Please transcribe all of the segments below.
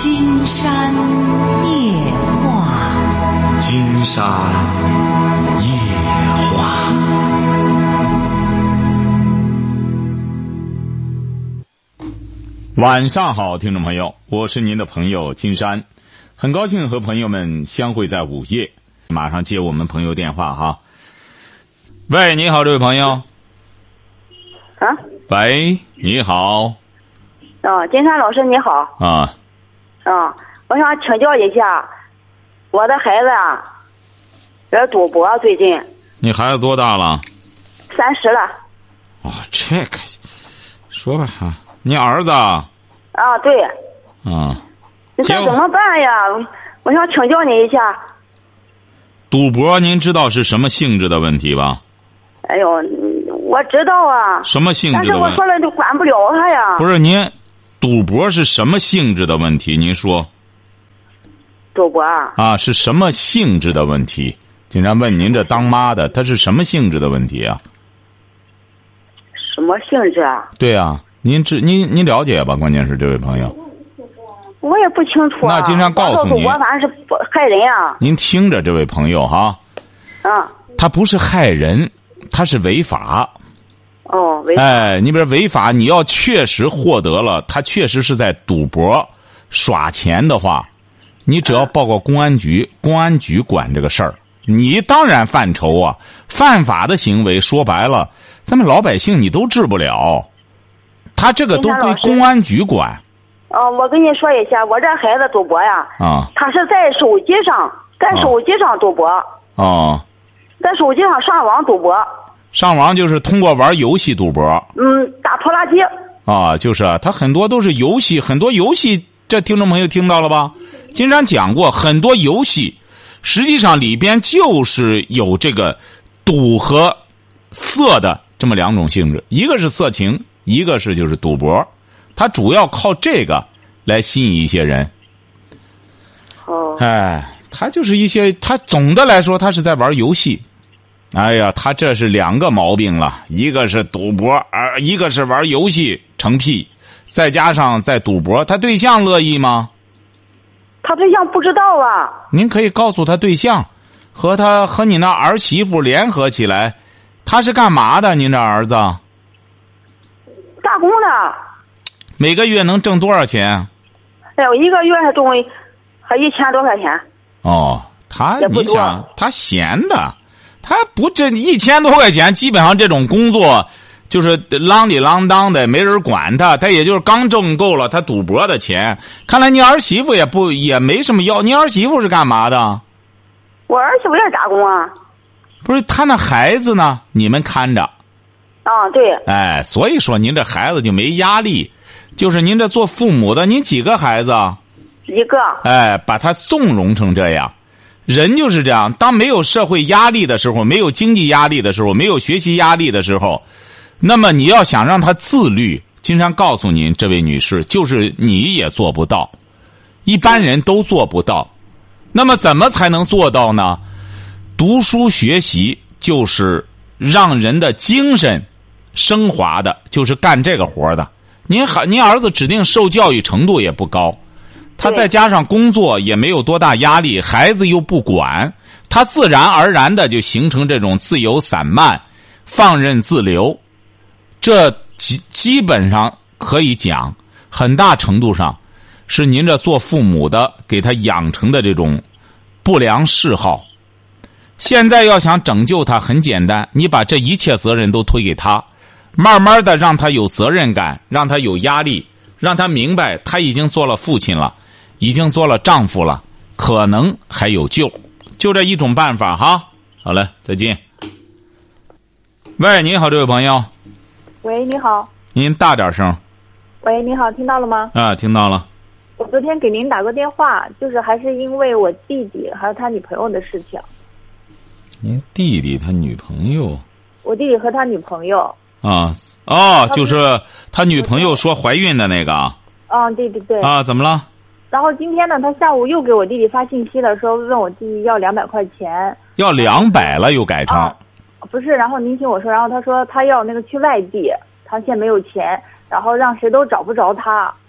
金山夜话， 金山夜话。晚上好，听众朋友，我是您的朋友金山，很高兴和朋友们相会在午夜。马上接我们朋友电话哈。喂，你好，这位朋友。 啊？ 喂，你好。 金山老师你好。 啊。 我想请教一下，我的孩子啊，在赌博最近。 你孩子多大了 ？30了。 哦，这个说吧哈，你儿子啊？ 啊，对。你这怎么办呀？我想请教你一下。 赌博您知道是什么性质的问题吧？ 哎呦，我知道啊。 什么性质的问题？ 但是我说了就管不了他呀。 不是您，赌博是什么性质的问题？您说。 赌博啊？ 是什么性质的问题？经常问您这当妈的，他是什么性质的问题啊？ 什么性质啊？ 对啊，您了解吧？关键是这位朋友。 我也不清楚啊。 那经常告诉您， 赌博反正是害人啊。 您听着，这位朋友哈。他不是害人，他是违法。 违法。 你比如违法，你要确实获得了，他确实是在赌博耍钱的话，你只要报告公安局，公安局管这个事儿。你当然犯愁啊，犯法的行为说白了，咱们老百姓你都治不了，他这个都归公安局管。 我跟你说一下，我这孩子赌博呀，他是在手机上赌博。在手机上上网赌博。 上网就是通过玩游戏赌博。 打拖拉机。 就是啊，他很多都是游戏，很多游戏，这听众朋友听到了吧？经常讲过，很多游戏实际上里边就是有这个赌和色的这么两种性质，一个是色情，一个是就是赌博，他主要靠这个来吸引一些人。他就是他总的来说他是在玩游戏。他这是两个毛病了，一个是赌博，一个是玩游戏成癖，再加上在赌博，他对象乐意吗？ 他对象不知道啊。 您可以告诉他对象，和你那儿媳妇联合起来，他是干嘛的？您这儿子？ 打工的。 每个月能挣多少钱？ 一个月还1000多块钱。 你想他闲的。他不，这1000多块钱，基本上这种工作就是啷里啷当的，没人管他，他也就是刚挣够了他赌博的钱。看来你儿媳妇也没什么要，你儿媳妇是干嘛的？ 我儿媳妇也打工啊。 不是，他那孩子呢？你们看着。 对。 所以说您这孩子就没压力，就是您这做父母的，您几个孩子 ？1个。 把他纵容成这样。人就是这样，当没有社会压力的时候，没有经济压力的时候，没有学习压力的时候，那么你要想让他自律，经常告诉您，这位女士，就是你也做不到，一般人都做不到。那么怎么才能做到呢？读书学习就是让人的精神升华的，就是干这个活的。您儿子指定受教育程度也不高，他再加上工作也没有多大压力，孩子又不管，他自然而然的就形成这种自由散漫、放任自流。这基本上可以讲，很大程度上是您这做父母的给他养成的这种不良嗜好。现在要想拯救他很简单，你把这一切责任都推给他，慢慢的让他有责任感，让他有压力，让他明白他已经做了父亲了，已经做了丈夫了，可能还有救，就这一种办法哈。好了，再见。喂，你好，这位朋友。 喂，你好。 您大点声。 喂，你好，听到了吗？ 听到了。 我昨天给您打过电话，就是还是因为我弟弟还有他女朋友的事情。 您弟弟他女朋友？ 我弟弟和他女朋友。 就是他女朋友说怀孕的那个。 对对对。 怎么了？ 然后今天呢，他下午又给我弟弟发信息了，说问我弟弟要200块钱。 要200了，又改成。 不是，然后您听我说，然后他说他要那个去外地，他现在没有钱，然后让谁都找不着他。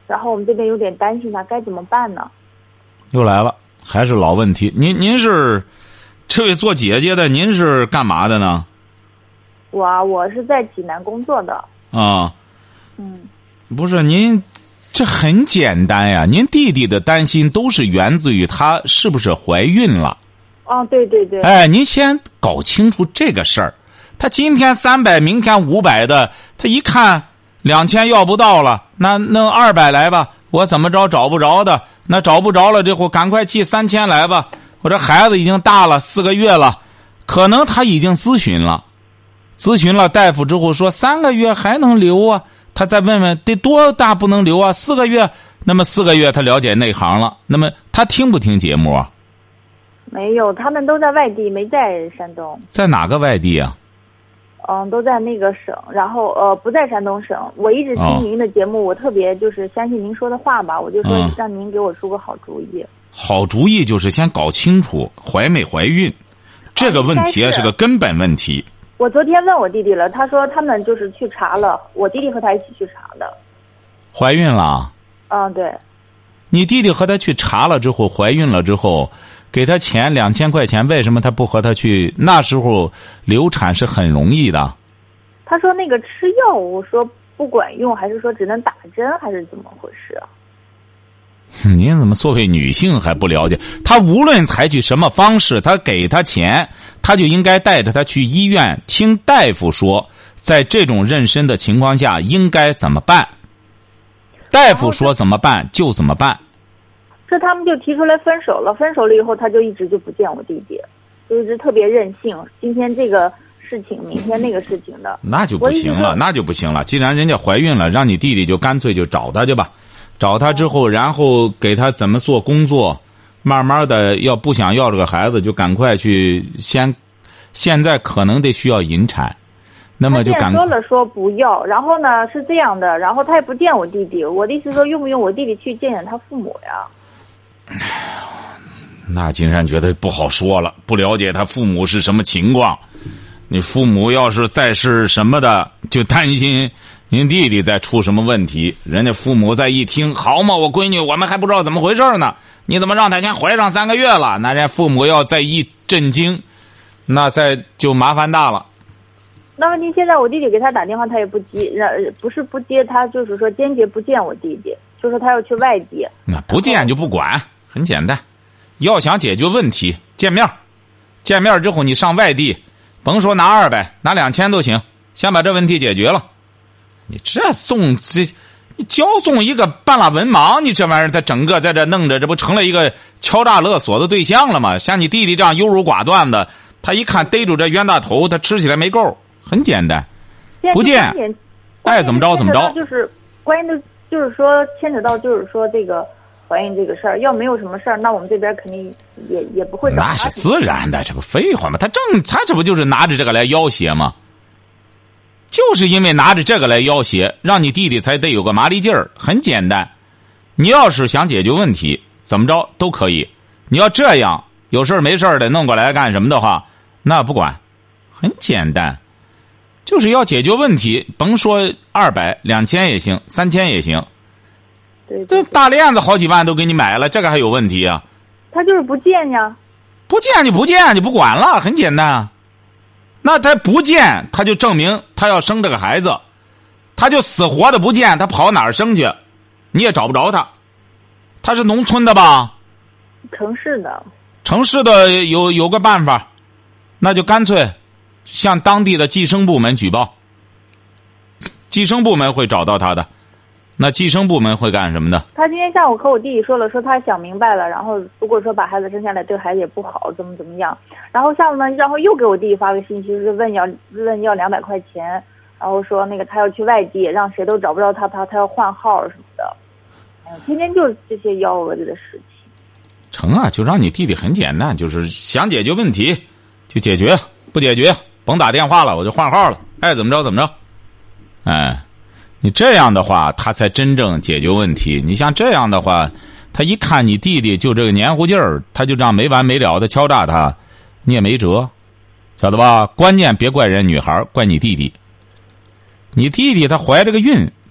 然后我们这边有点担心他，该怎么办呢？ 又来了，还是老问题。您是这位做姐姐的，您是干嘛的呢？ 我是在济南工作的。 啊，不是您，这很简单呀。您弟弟的担心都是源自于他是不是怀孕了。 对对对。 哎，您先搞清楚这个事儿。他今天300，明天500的，他一看2000要不到了，那弄200来吧。我怎么着找不着的，那找不着了之后，赶快寄3000来吧。我这孩子已经大了4个月了，可能他已经咨询了大夫之后说3个月还能留啊。他再问问得多大不能留啊？4个月。那么4个月他了解内行了。那么他听不听节目啊？ 没有，他们都在外地，没在山东。 在哪个外地啊？ 都在那个省，然后不在山东省。我一直听您的节目，我特别就是相信您说的话吧，我就说让您给我出个好主意。 好主意就是先搞清楚怀没怀孕，这个问题是个根本问题。 我昨天问我弟弟了，他说他们就是去查了，我弟弟和他一起去查的。 怀孕了？ 对。 你弟弟和他去查了之后，怀孕了之后，给他钱2000块钱，为什么他不和他去？那时候流产是很容易的。 他说那个吃药，我说不管用，还是说只能打针，还是怎么回事啊？ 您怎么作为女性还不了解？他无论采取什么方式，他给他钱，他就应该带着他去医院，听大夫说，在这种妊娠的情况下应该怎么办。大夫说怎么办就怎么办。 这他们就提出来分手了，分手了以后他就一直就不见我弟弟，就一直特别任性，今天这个事情明天那个事情的。 那就不行了，既然人家怀孕了，让你弟弟就干脆就找他去吧。找他之后，然后给他怎么做工作，慢慢的要不想要这个孩子，就赶快去现在可能得需要引产，那么就赶快。 说了说不要，然后呢是这样的，然后他也不见我弟弟，我的意思说用不用我弟弟去见见他父母呀？ 那金山觉得不好说了，不了解他父母是什么情况。你父母要是再是什么的，就担心您弟弟再出什么问题。人家父母再一听，好嘛，我闺女我们还不知道怎么回事呢，你怎么让她先怀上3个月了？那人家父母要再一震惊，那再就麻烦大了。 那问题现在我弟弟给他打电话他也不接，不是不接，他就是说坚决不见我弟弟，就说他要去外地。 那不见就不管，很简单。要想解决问题，见面之后你上外地，甭说拿200，拿2000都行，先把这问题解决了。你这你教送一个半拉文盲，你这玩意儿他整个在这弄着，这不成了一个敲诈勒索的对象了吗？像你弟弟这样优柔寡断的，他一看逮住这冤大头，他吃起来没够。很简单，不见，爱怎么着怎么着。 就是关键的，就是说牵扯到，就是说这个怀孕这个事儿，要没有什么事儿，那我们这边肯定也不会找。 那是自然的，这不废话吗？他这不就是拿着这个来要挟吗？就是因为拿着这个来要挟，让你弟弟才得有个麻利劲儿。很简单，你要是想解决问题，怎么着都可以。你要这样有事没事的弄过来干什么的话，那不管，很简单。就是要解决问题，甭说200、2000也行，3000也行。 对， 这大链子好几万都给你买了，这个还有问题啊？ 他就是不见呀。 不见就不见，就不管了，很简单。那他不见，他就证明他要生这个孩子，他就死活的不见，他跑哪儿生去，你也找不着他。他是农村的吧？ 城市的。 城市的有个办法，那就干脆向当地的计生部门举报，计生部门会找到他的。那计生部门会干什么的？ 他今天下午和我弟弟说了，说他想明白了，然后如果说把孩子生下来对孩子也不好，怎么样。然后下午呢，然后又给我弟弟发个信息，是问要200块钱，然后说那个他要去外地，让谁都找不着他要换号什么的。天天就是这些幺蛾子的事情。 成啊，就让你弟弟很简单，就是想解决问题就解决，不解决甭打电话了，我就换号了，爱怎么着怎么着。哎，你这样的话他才真正解决问题。你像这样的话，他一看你弟弟就这个黏糊劲儿，他就这样没完没了的敲诈他，你也没辙，晓得吧？关键别怪人女孩，怪你弟弟。你弟弟他怀这个孕，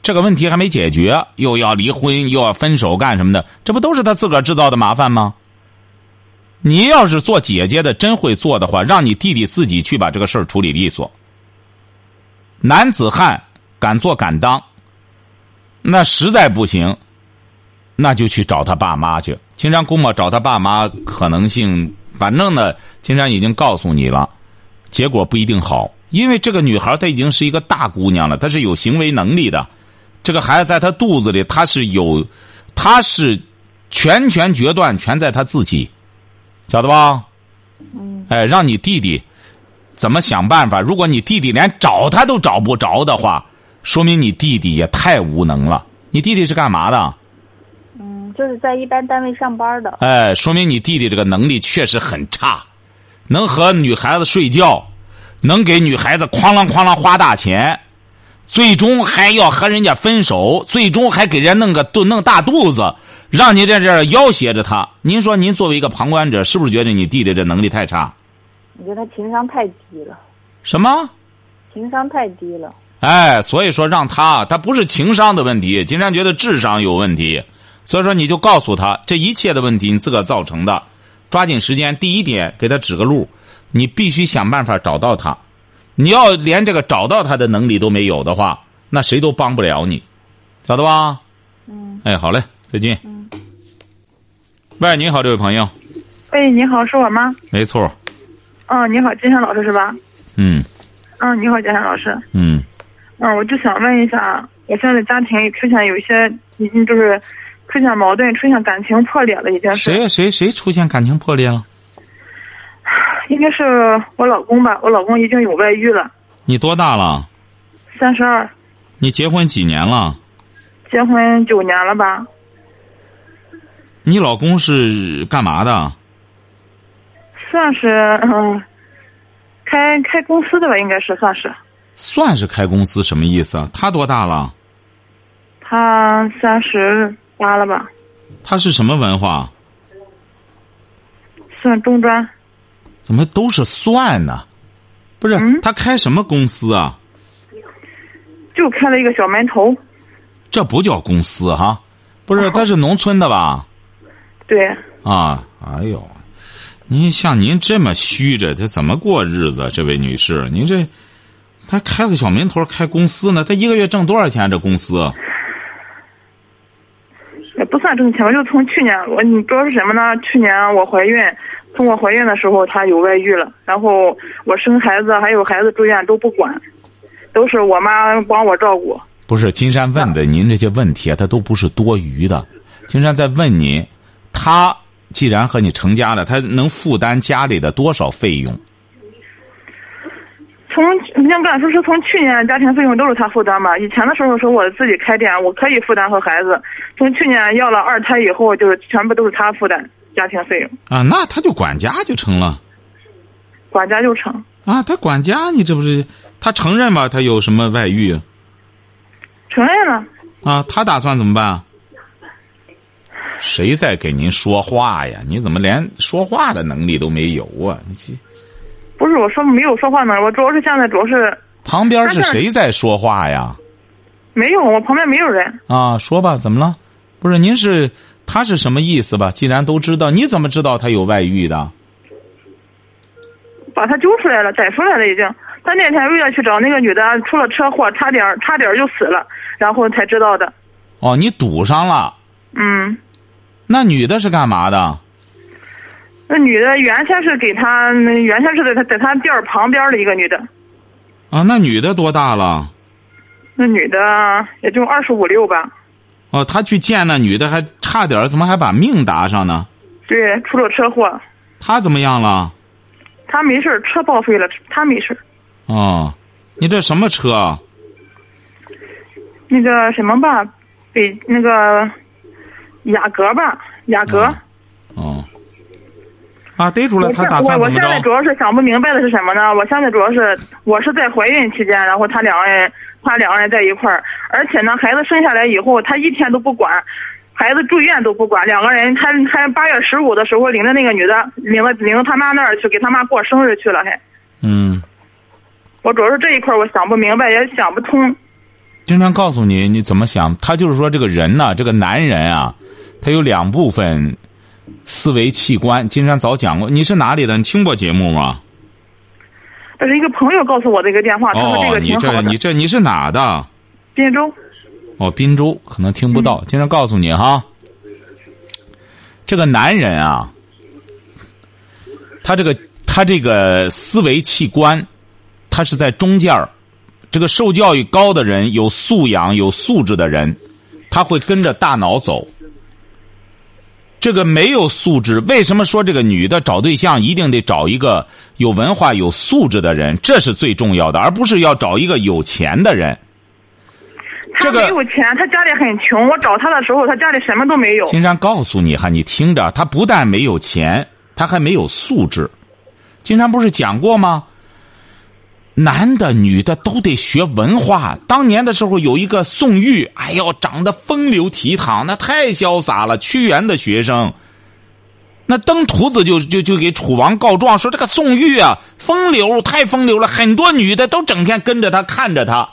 这个问题还没解决，又要离婚，又要分手干什么的，这不都是他自个儿制造的麻烦吗？你要是做姐姐的真会做的话，让你弟弟自己去把这个事儿处理利索。男子汉敢做敢当，那实在不行，那就去找他爸妈去。金山估摸找他爸妈可能性，反正呢，金山已经告诉你了，结果不一定好。因为这个女孩她已经是一个大姑娘了，她是有行为能力的。这个孩子在她肚子里，她是全权决断全在她自己，晓得吧？哎，让你弟弟怎么想办法？如果你弟弟连找他都找不着的话，说明你弟弟也太无能了。你弟弟是干嘛的？ 就是在一般单位上班的。 哎，说明你弟弟这个能力确实很差，能和女孩子睡觉，能给女孩子哐啷哐啷花大钱，最终还要和人家分手，最终还给人弄大肚子，让你在这要挟着他。您说您作为一个旁观者，是不是觉得你弟弟这能力太差？ 我觉得他情商太低了。 什么？ 情商太低了。 哎，所以说让他不是情商的问题，经常觉得智商有问题。所以说你就告诉他，这一切的问题你自个儿造成的，抓紧时间。第一点，给他指个路，你必须想办法找到他。你要连这个找到他的能力都没有的话，那谁都帮不了你，晓得吧？哎，好嘞，再见。喂，你好，这位朋友。 喂，你好，是我吗？ 没错。 你好，金山老师是吧？你好，金山老师。我就想问一下，我现在家庭出现有一些，已经就是出现矛盾，出现感情破裂了，已经是。 谁出现感情破裂了？ 应该是我老公吧，我老公已经有外遇了。 你多大了 ？32。 你结婚几年了？ 结婚9年了吧。 你老公是干嘛的？ 算是开公司的吧，应该是算是开公司，什么意思啊？他多大了？ 他38了吧。 他是什么文化？ 算中专。 怎么都是算呢？不是，他开什么公司啊？ 就开了一个小门头。 这不叫公司哈？不是，他是农村的吧？ 对。 哎呦，像您这么虚着，他怎么过日子？这位女士，您这他开了个小门头，开公司呢？他一个月挣多少钱？这公司也不算挣钱吧，就从去年你主要是什么呢？去年我怀孕。从我怀孕的时候，他有外遇了，然后我生孩子还有孩子住院都不管，都是我妈帮我照顾。 不是，金山问的您这些问题他都不是多余的。金山在问您，他既然和你成家了，他能负担家里的多少费用？ 应该说是从去年家庭费用都是他负担吧。以前的时候是我自己开店，我可以负担和孩子。从去年要了2胎以后，就是全部都是他负担家庭费用。 那他就管家就成了。 管家就成。 他管家，你这不是他承认吗？他有什么外遇？ 承认了。 他打算怎么办？谁在给您说话呀？你怎么连说话的能力都没有啊？ 不是我说没有说话呢，我主要是现在主要是。 旁边是谁在说话呀？ 没有，我旁边没有人。 说吧，怎么了？不是，他是什么意思吧？既然都知道，你怎么知道他有外遇的？ 把他揪出来了，逮出来了已经。他那天为了去找那个女的，出了车祸，差点就死了，然后才知道的。 你堵上了。那女的是干嘛的？ 那女的原先是在他店旁边的一个女的。 那女的多大了？ 那女的也就25、26吧。 他去见那女的还差点，怎么还把命搭上呢？ 对，出了车祸。 他怎么样了？ 他没事，车报废了，他没事。 你这什么车？ 那个什么吧，那个雅阁吧，雅阁。 逮住了，他打算怎么着？ 我现在主要是想不明白的是什么呢？我现在主要是我是在怀孕期间，然后他两个人在一块儿，而且呢，孩子生下来以后，他一天都不管，孩子住院都不管，两个人他8月15的时候领着那个女的领着他妈那儿去给他妈过生日去了还。我主要是这一块我想不明白也想不通。 经常告诉你你怎么想。他就是说这个人呢，这个男人啊，他有2部分思维器官。金山早讲过。你是哪里的？你听过节目吗？ 这是一个朋友告诉我的一个电话，他说这个挺好的。 你是哪的？ 滨州。 滨州可能听不到。经常告诉你哈，这个男人啊，他这个思维器官，他是在中间儿。这个受教育高的人，有素养有素质的人，他会跟着大脑走。这个没有素质，为什么说这个女的找对象一定得找一个有文化有素质的人？这是最重要的，而不是要找一个有钱的人。 他没有钱，他家里很穷。我找他的时候，他家里什么都没有。 金山告诉你哈，你听着，他不但没有钱，他还没有素质。金山不是讲过吗？男的女的都得学文化。当年的时候有一个宋玉，哎呦，长得风流倜傥，那太潇洒了。屈原的学生，那登徒子就给楚王告状说，这个宋玉啊，风流，太风流了，很多女的都整天跟着他看着他。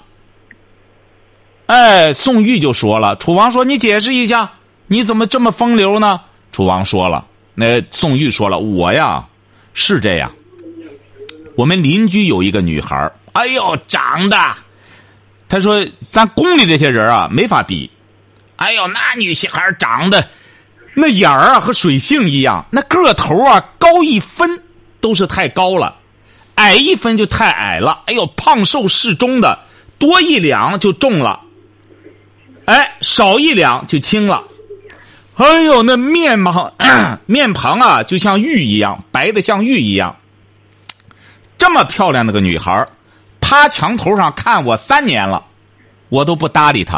宋玉就说了，楚王说你解释一下，你怎么这么风流呢？楚王说了，那宋玉说了，我呀是这样。我们邻居有一个女孩，哎呦，长得，他说咱宫里这些人啊没法比。哎呦，那女孩长得那眼儿啊和水性一样，那个头啊高1分都是太高了，矮1分就太矮了。哎呦，胖瘦适中的，多1两就重了，少1两就轻了。哎呦，那面庞啊就像玉一样，白的像玉一样。这么漂亮的个女孩，趴墙头上看我3年了，我都不搭理她，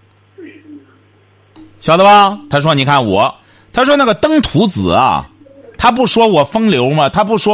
晓得吧？他说你看我，他说那个登徒子啊，他不说我风流吗？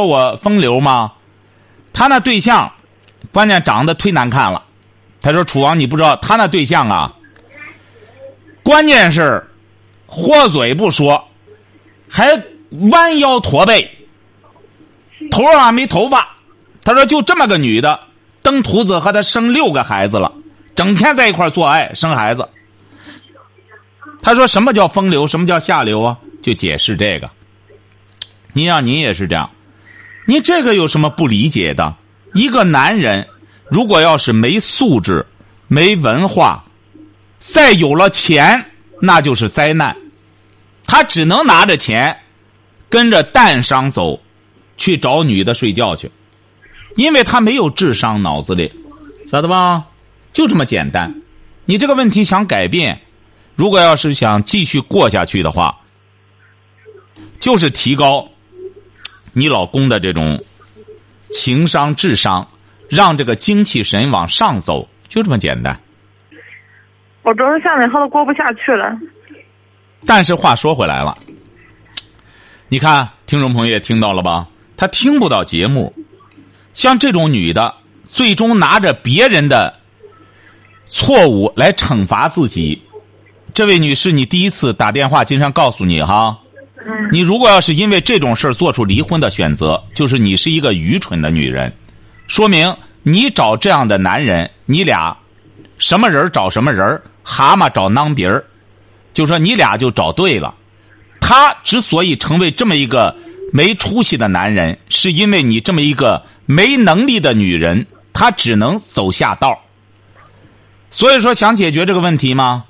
他那对象关键长得忒难看了。他说楚王你不知道，他那对象啊，关键是豁嘴不说，还弯腰驼背，头上没头发。他说就这么个女的，登徒子和他生6个孩子了，整天在一块做爱生孩子。他说什么叫风流，什么叫下流啊？就解释这个。您也是这样，你这个有什么不理解的？一个男人如果要是没素质没文化，再有了钱那就是灾难。他只能拿着钱跟着蛋商走，去找女的睡觉去，因为他没有智商，脑子里晓得吧？就这么简单。你这个问题想改变，如果要是想继续过下去的话，就是提高你老公的这种情商智商，让这个精气神往上走，就这么简单。 我主要是现在和他过不下去了。 但是话说回来了，你看听众朋友也听到了吧，他听不到节目。像这种女的最终拿着别人的错误来惩罚自己。这位女士，你第一次打电话，金山告诉你哈，你如果要是因为这种事做出离婚的选择，就是你是一个愚蠢的女人。说明你找这样的男人，你俩什么人找什么人，蛤蟆找囊鼻儿，就说你俩就找对了。他之所以成为这么一个没出息的男人，是因为你这么一个没能力的女人，她只能走下道。所以说想解决这个问题吗？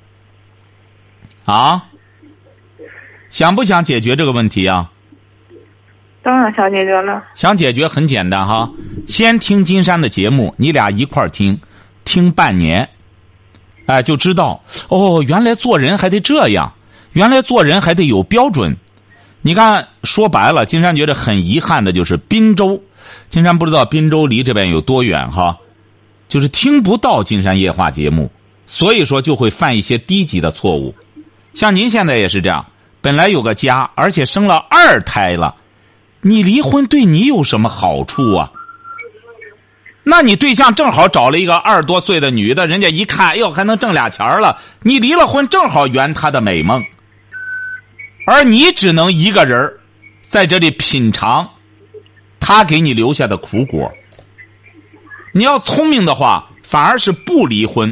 想不想解决这个问题啊？ 当然想解决了。 想解决很简单哈，先听金山的节目，你俩一块儿听半年，就知道原来做人还得这样，原来做人还得有标准。你看说白了，金山觉得很遗憾的就是滨州，金山不知道滨州离这边有多远哈，就是听不到金山夜话节目，所以说就会犯一些低级的错误。像您现在也是这样，本来有个家，而且生了2胎了，你离婚对你有什么好处啊？那你对象正好找了一个20多岁的女的，人家一看，还能挣俩钱了，你离了婚正好圆他的美梦，而你只能一个人在这里品尝他给你留下的苦果。你要聪明的话，反而是不离婚，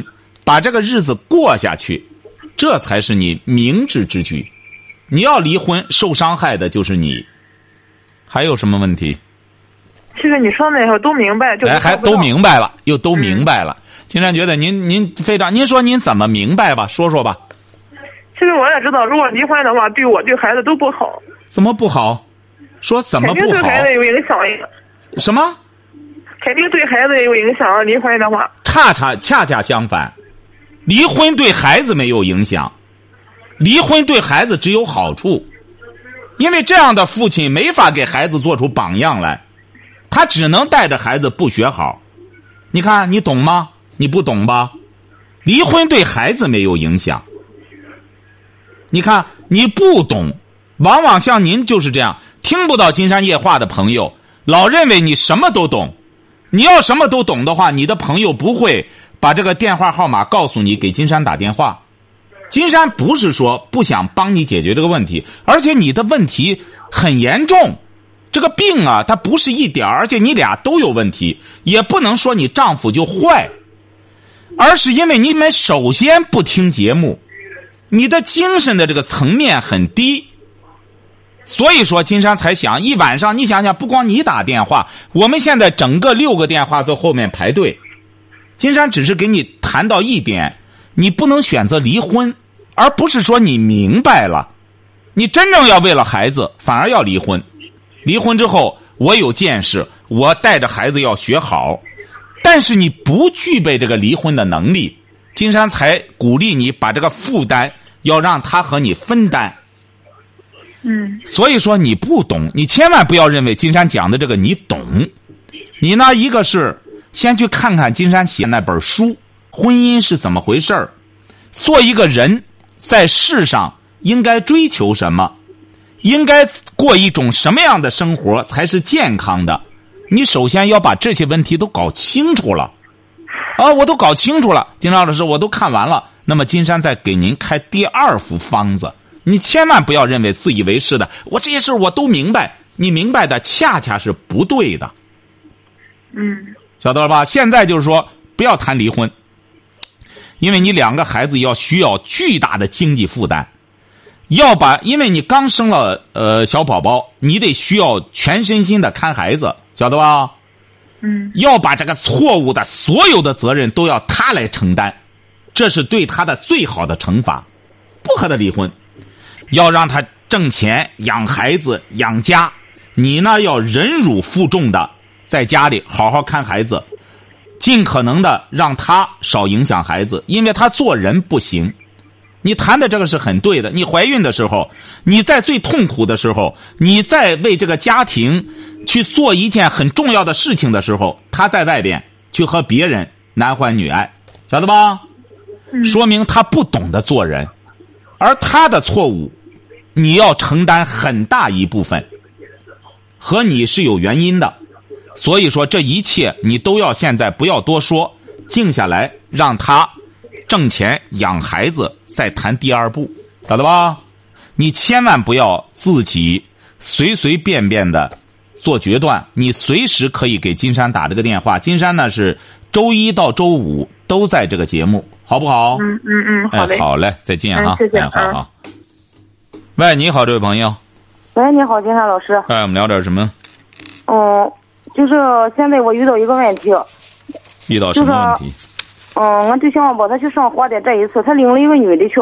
把这个日子过下去，这才是你明智之举。你要离婚，受伤害的就是你。还有什么问题？ 其实你说那个都明白，就还都明白了，又都明白了。金山觉得您非常，您说您怎么明白吧？说说吧。 其实我也知道，如果离婚的话，对我对孩子都不好。 怎么不好？说怎么不好？ 肯定对孩子有影响。 什么？ 肯定对孩子有影响。离婚的话， 恰恰相反，离婚对孩子没有影响，离婚对孩子只有好处，因为这样的父亲没法给孩子做出榜样来，他只能带着孩子不学好。你看，你懂吗？你不懂吧？离婚对孩子没有影响。你看，你不懂，往往像您就是这样，听不到金山夜话的朋友，老认为你什么都懂。你要什么都懂的话，你的朋友不会把这个电话号码告诉你，给金山打电话。金山不是说不想帮你解决这个问题，而且你的问题很严重，这个病啊，它不是一点，而且你俩都有问题，也不能说你丈夫就坏，而是因为你们首先不听节目，你的精神的这个层面很低。所以说金山才想一晚上，你想想，不光你打电话，我们现在整个6个电话在后面排队。金山只是给你谈到一点，你不能选择离婚，而不是说你明白了，你真正要为了孩子反而要离婚。离婚之后我有见识，我带着孩子要学好，但是你不具备这个离婚的能力，金山才鼓励你把这个负担要让他和你分担。所以说你不懂，你千万不要认为金山讲的这个你懂。你呢，一个是先去看看金山写那本书，婚姻是怎么回事儿，做一个人在世上应该追求什么，应该过一种什么样的生活才是健康的，你首先要把这些问题都搞清楚了。我都搞清楚了，金山老师我都看完了，那么金山再给您开第2副方子。你千万不要认为自以为是的，我这些事我都明白，你明白的恰恰是不对的。晓得了吧？现在就是说不要谈离婚，因为你2个孩子需要巨大的经济负担，因为你刚生了小宝宝，你得需要全身心的看孩子，晓得吧？要把这个错误的所有的责任都要他来承担，这是对他的最好的惩罚。不和他离婚，要让他挣钱养孩子养家，你呢要忍辱负重的在家里好好看孩子，尽可能的让他少影响孩子，因为他做人不行。你谈的这个是很对的，你怀孕的时候，你在最痛苦的时候，你在为这个家庭去做一件很重要的事情的时候，他在外边去和别人男欢女爱，晓得吧？说明他不懂得做人，而他的错误你要承担很大一部分，和你是有原因的。所以说这一切你都要现在不要多说，静下来让他挣钱养孩子，再谈第2步，晓得吧？你千万不要自己随随便便的做决断，你随时可以给金山打这个电话，金山呢是周一到周五都在这个节目，好不好？ 好嘞。 好嘞，再见哈。 谢谢。 好。喂，你好，这位朋友。 喂，你好，金山老师。 我们聊点什么？ 就是现在我遇到一个问题。 遇到什么问题？ 我对象吧，他去上火的这一次，他领了一个女的去。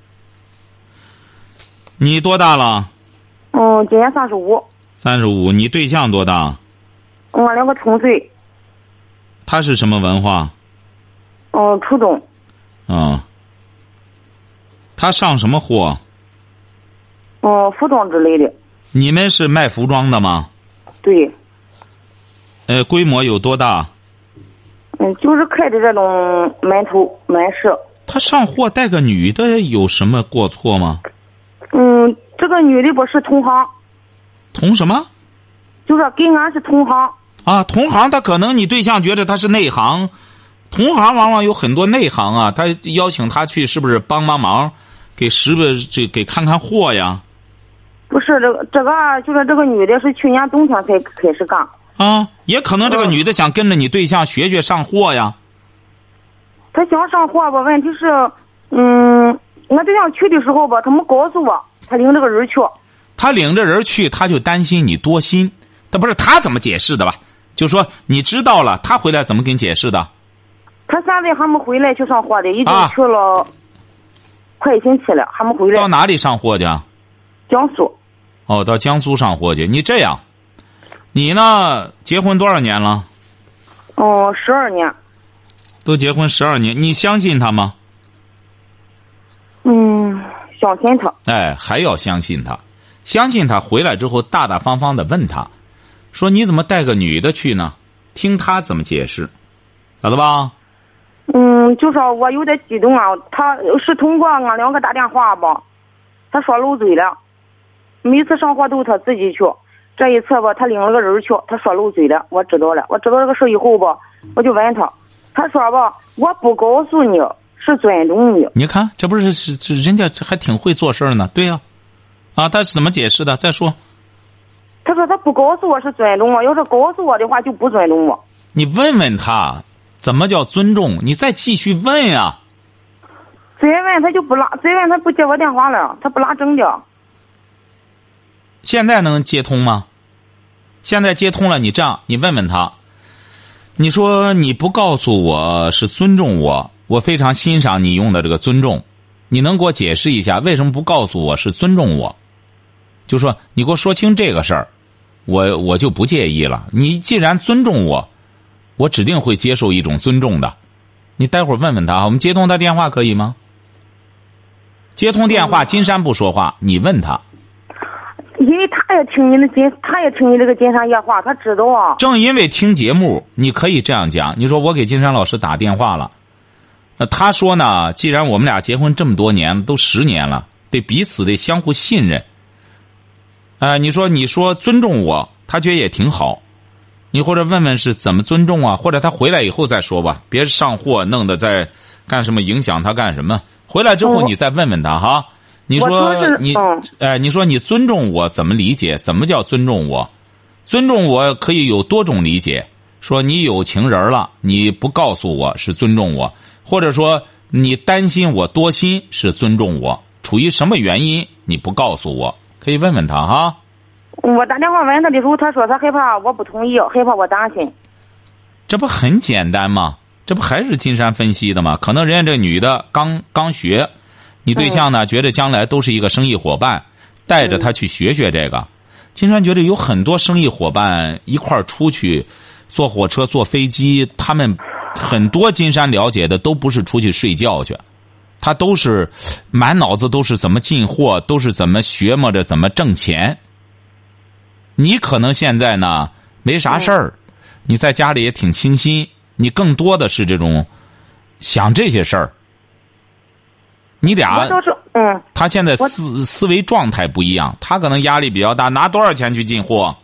你多大了？ 今年35。 35，你对象多大？ 我2个同岁。 他是什么文化？ 初中。 他上什么货？ 服装之类的。 你们是卖服装的吗？ 对。 规模有多大？ 就是开的这种门市。 他上货带个女的有什么过错吗？ 这个女的不是同行。 同什么？ 就是跟俺是同行。 同行他可能你对象觉得他是内行，同行往往有很多内行啊，他邀请他去是不是帮忙给看看货呀？ 不是这个就是这个女的是去年冬天才开始干。 也可能这个女的想跟着你对象学上货呀。 他想上货吧，问题是，我对象去的时候吧，他没告诉我，他领这个人去。 他领着人去，他就担心你多心。他不是他怎么解释的吧？就说你知道了，他回来怎么给你解释的？ 他现在还没回来去上货的，已经去了快1星期了，还没回来。 到哪里上货去？ 江苏。 哦，到江苏上货去。你这样，你呢？结婚多少年了 ？12年。 都结婚12年，你相信他吗？ 相信他。 哎，还要相信他。相信他回来之后，大大方方的问他，说你怎么带个女的去呢？听他怎么解释，晓得吧？ 就是我有点激动啊。他是通过俺2个打电话吧，他说漏嘴了。每次上货都他自己去，这一次吧，他领了个人去，他说漏嘴了。我知道了，我知道这个事以后吧，我就问他，他说吧，我不告诉你是尊重你。 你看，这不是人家还挺会做事呢？对呀。他是怎么解释的？再说。 他说他不告诉我是尊重我，要是告诉我的话就不尊重我。 你问问他，怎么叫尊重？你再继续问呀。 再问他就不拉，再问他不接我电话了，他不拉正的。 现在能接通吗？现在接通了，你这样，你问问他，你说你不告诉我是尊重我，我非常欣赏你用的这个尊重，你能给我解释一下为什么不告诉我是尊重我？就说你给我说清这个事儿，我就不介意了。你既然尊重我，我指定会接受一种尊重的。你待会儿问问他，我们接通他电话可以吗？接通电话，金山不说话，你问他。 因为他也听你这个金山夜话，他知道啊。 正因为听节目，你可以这样讲。你说我给金山老师打电话了，他说呢，既然我们俩结婚这么多年，都10年了，对彼此得相互信任。你说尊重我，他觉得也挺好。你或者问问是怎么尊重啊？或者他回来以后再说吧，别上货弄得再干什么影响他干什么。回来之后你再问问他哈。你说你说你尊重我怎么理解？怎么叫尊重我？尊重我可以有多种理解。说你有情人了，你不告诉我是尊重我，或者说你担心我多心是尊重我。处于什么原因你不告诉我？可以问问他哈。 我打电话问他的时候，他说他害怕我不同意，害怕我担心。 这不很简单吗？这不还是金山分析的吗？可能人家这女的刚学，你对象呢觉得将来都是一个生意伙伴，带着他去学这个。金山觉得有很多生意伙伴一块儿出去坐火车坐飞机，他们很多金山了解的都不是出去睡觉去，他都是满脑子都是怎么进货，都是怎么学摸着怎么挣钱。你可能现在呢没啥事儿，你在家里也挺清新，你更多的是这种想这些事儿。你俩他现在思维状态不一样，他可能压力比较大，拿多少钱去进货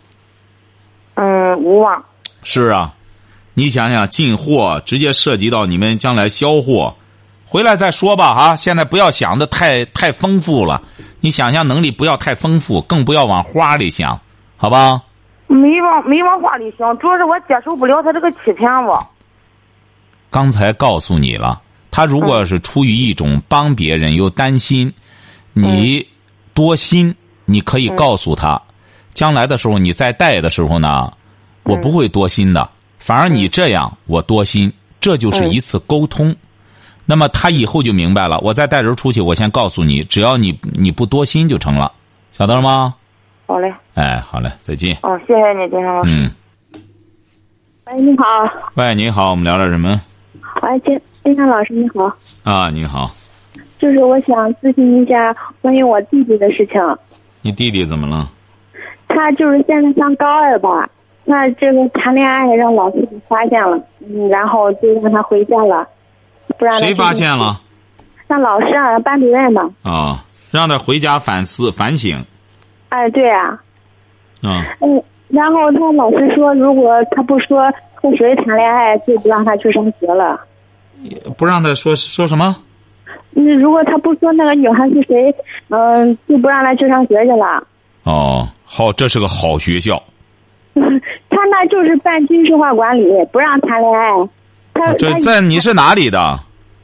？5万。 是啊，你想想进货直接涉及到你们将来销货，回来再说吧哈。现在不要想的太丰富了，你想象能力不要太丰富，更不要往花里想，好吧？ 没往花里想，主要是我接受不了他这个欺骗我。 刚才告诉你了，他如果是出于一种帮别人又担心你多心，你可以告诉他，将来的时候你再带的时候呢，我不会多心的，反而你这样我多心，这就是一次沟通。那么他以后就明白了，我再带人出去，我先告诉你，只要你不多心就成了，晓得了吗？ 好嘞。 哎，好嘞，再见。 谢谢你，金山老师。 喂，你好。 喂，你好，我们聊点什么？ 喂，金山老师你好。 啊，你好。 就是我想咨询一下关于我弟弟的事情。 你弟弟怎么了？ 他就是现在上高2吧，那这个谈恋爱让老师发现了，然后就让他回家了，不让他。 谁发现了？ 让老师啊，让班主任呢。 啊，让他回家反思反省。 哎，对啊。然后他老师说，如果他不说和谁谈恋爱，就不让他去上学了。 不让他说什么？ 如果他不说那个女孩是谁，就不让他去上学去了。 哦，好，这是个好学校。 他那就是办军事化管理，不让谈恋爱。 这在你是哪里的？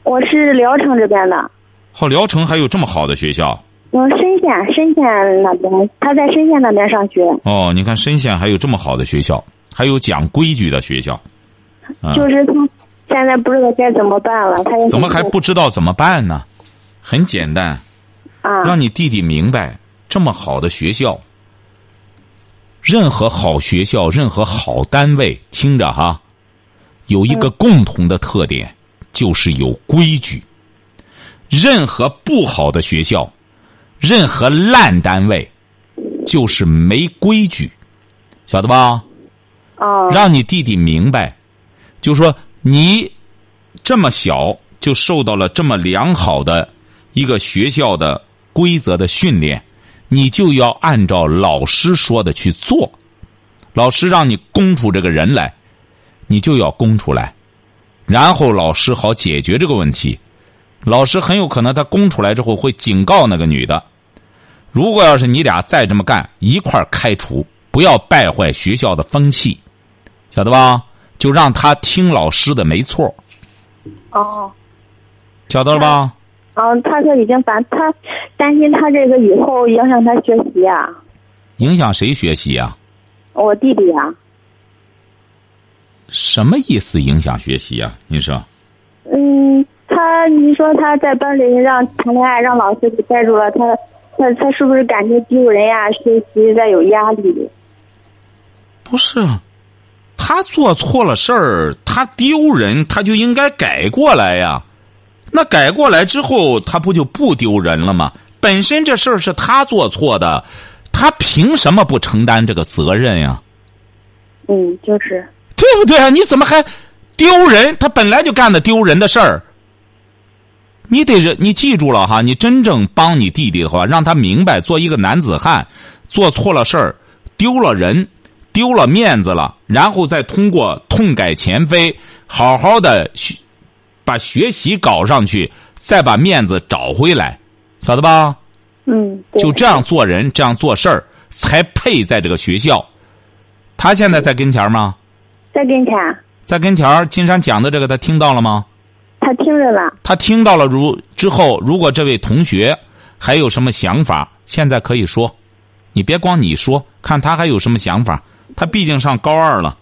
我是聊城这边的。 好，聊城还有这么好的学校？ 深县那边，他在深县那边上学。 哦，你看深县还有这么好的学校，还有讲规矩的学校。 就是他现在不知道该怎么办了，他也怎么还不知道怎么办呢？很简单，让你弟弟明白，这么好的学校，任何好学校，任何好单位，听着哈，有一个共同的特点，就是有规矩。任何不好的学校，任何烂单位，就是没规矩，晓得吧？让你弟弟明白，就说你这么小就受到了这么良好的一个学校的规则的训练，你就要按照老师说的去做。老师让你供出这个人来，你就要供出来，然后老师好解决这个问题。老师很有可能他供出来之后会警告那个女的，如果要是你俩再这么干，一块儿开除，不要败坏学校的风气，晓得吧？就让他听老师的，没错。晓得了吧？ 他说已经他担心他这个以后影响他学习啊。 影响谁学习啊？ 我弟弟啊。 什么意思影响学习啊？你说？ 你说他在班里让谈恋爱，让老师给带住了，他是不是感觉丢人呀？学习在有压力？ 不是，他做错了事儿，他丢人，他就应该改过来呀。那改过来之后，他不就不丢人了吗？本身这事儿是他做错的，他凭什么不承担这个责任呀？ 就是对不对啊？你怎么还丢人？他本来就干的丢人的事儿。你记住了哈，你真正帮你弟弟的话，让他明白，做一个男子汉，做错了事儿，丢了人，丢了面子了，然后再通过痛改前非，好好的把学习搞上去，再把面子找回来，晓得吧？就这样做人，这样做事儿，才配在这个学校。他现在在跟前吗？ 在跟前。 在跟前，金山讲的这个他听到了吗？ 他听着了。他听到了之后，如果这位同学还有什么想法，现在可以说，你别光你说，看他还有什么想法。他毕竟上高2了，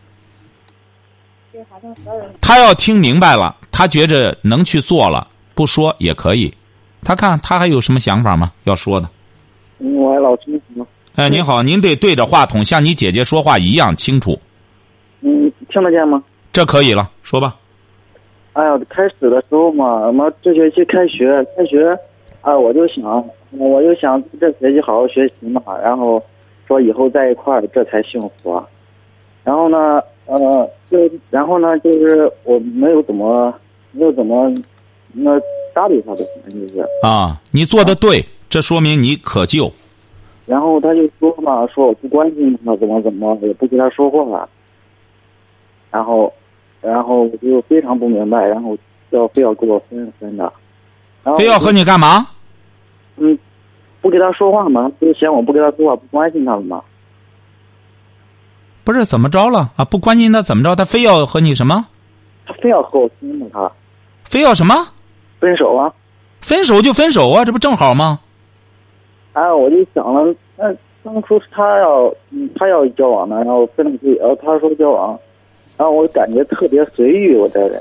他要听明白了，他觉着能去做了，不说也可以。他看他还有什么想法吗？要说的。 喂，老师好。 哎，您好，您得对着话筒，像你姐姐说话一样清楚。 听得见吗？ 这可以了，说吧。 哎呀，开始的时候嘛，这学期开学，我就想这学期好好学习嘛，然后说以后在一块儿，这才幸福。然后呢，就是我没有怎么搭理他的，就是你做的对，这说明你可救。 然后他就说嘛，说我不关心他怎么，也不跟他说话。然后我就非常不明白，然后非要跟我分的， 非要和你干嘛？ 不跟他说话嘛，就嫌我不跟他说话，不关心他了嘛。 不是怎么着了啊？不关心他怎么着？他非要和你什么？ 他非要和我分了，他非要什么？ 分手啊！ 分手就分手啊，这不正好吗？ 我就想了，当初他要交往呢，然后分了然后他说交往。然后我感觉特别随意，我这人。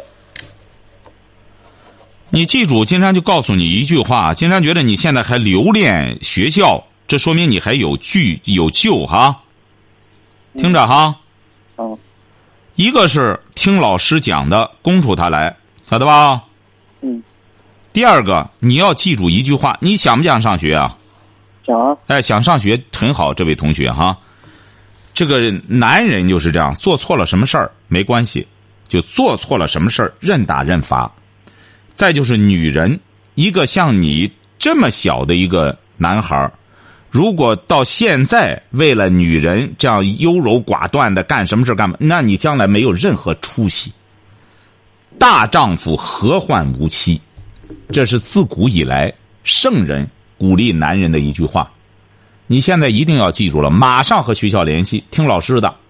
你记住，金山就告诉你一句话，金山觉得你现在还留恋学校，这说明你还有救哈。听着哈。一个是听老师讲的，供出他来，晓得吧？第二个，你要记住一句话，你想不想上学啊？ 想啊。 想上学很好，这位同学哈。这个男人就是这样，做错了什么事儿没关系，就做错了什么事儿认打认罚。再就是女人，一个像你这么小的一个男孩，如果到现在为了女人这样优柔寡断的干什么事干嘛，那你将来没有任何出息。大丈夫何患无妻，这是自古以来圣人鼓励男人的一句话。你现在一定要记住了，马上和学校联系，听老师的，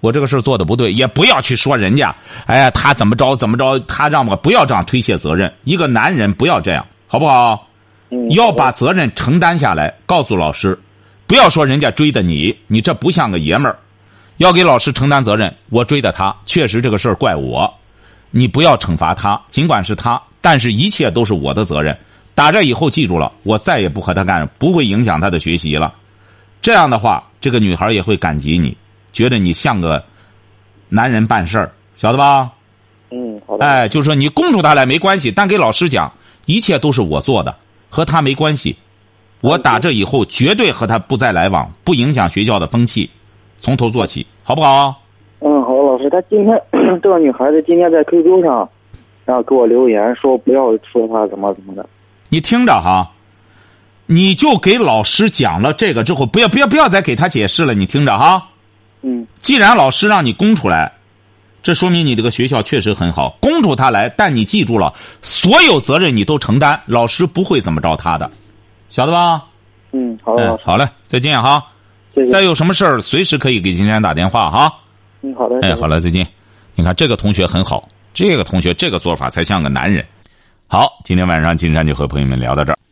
我这个事做的不对，也不要去说人家，哎呀，他怎么着，他让我不要这样推卸责任。一个男人不要这样，好不好？要把责任承担下来，告诉老师，不要说人家追的你这不像个爷们儿，要给老师承担责任。我追的他，确实这个事儿怪我，你不要惩罚他，尽管是他，但是一切都是我的责任。打这以后记住了，我再也不和他干，不会影响他的学习了。这样的话，这个女孩也会感激你，觉得你像个男人办事儿，晓得吧？ 好的。 哎，就是说你供出他来没关系，但给老师讲，一切都是我做的，和他没关系。我打这以后绝对和他不再来往，不影响学校的风气，从头做起，好不好？ 好，老师，他今天这个女孩子今天在 QQ 上，然后给我留言说不要说她怎么的。 你听着哈，你就给老师讲了这个之后，不要再给他解释了，你听着哈。既然老师让你供出来，这说明你这个学校确实很好，供出他来，但你记住了，所有责任你都承担，老师不会怎么着他的，晓得吧？ 好的，老师。 好嘞，再见哈。 谢谢。 再有什么事儿，随时可以给金山打电话哈。 好的。 哎，好了，再见。你看这个同学很好，这个同学这个做法才像个男人。好，今天晚上金山就和朋友们聊到这儿。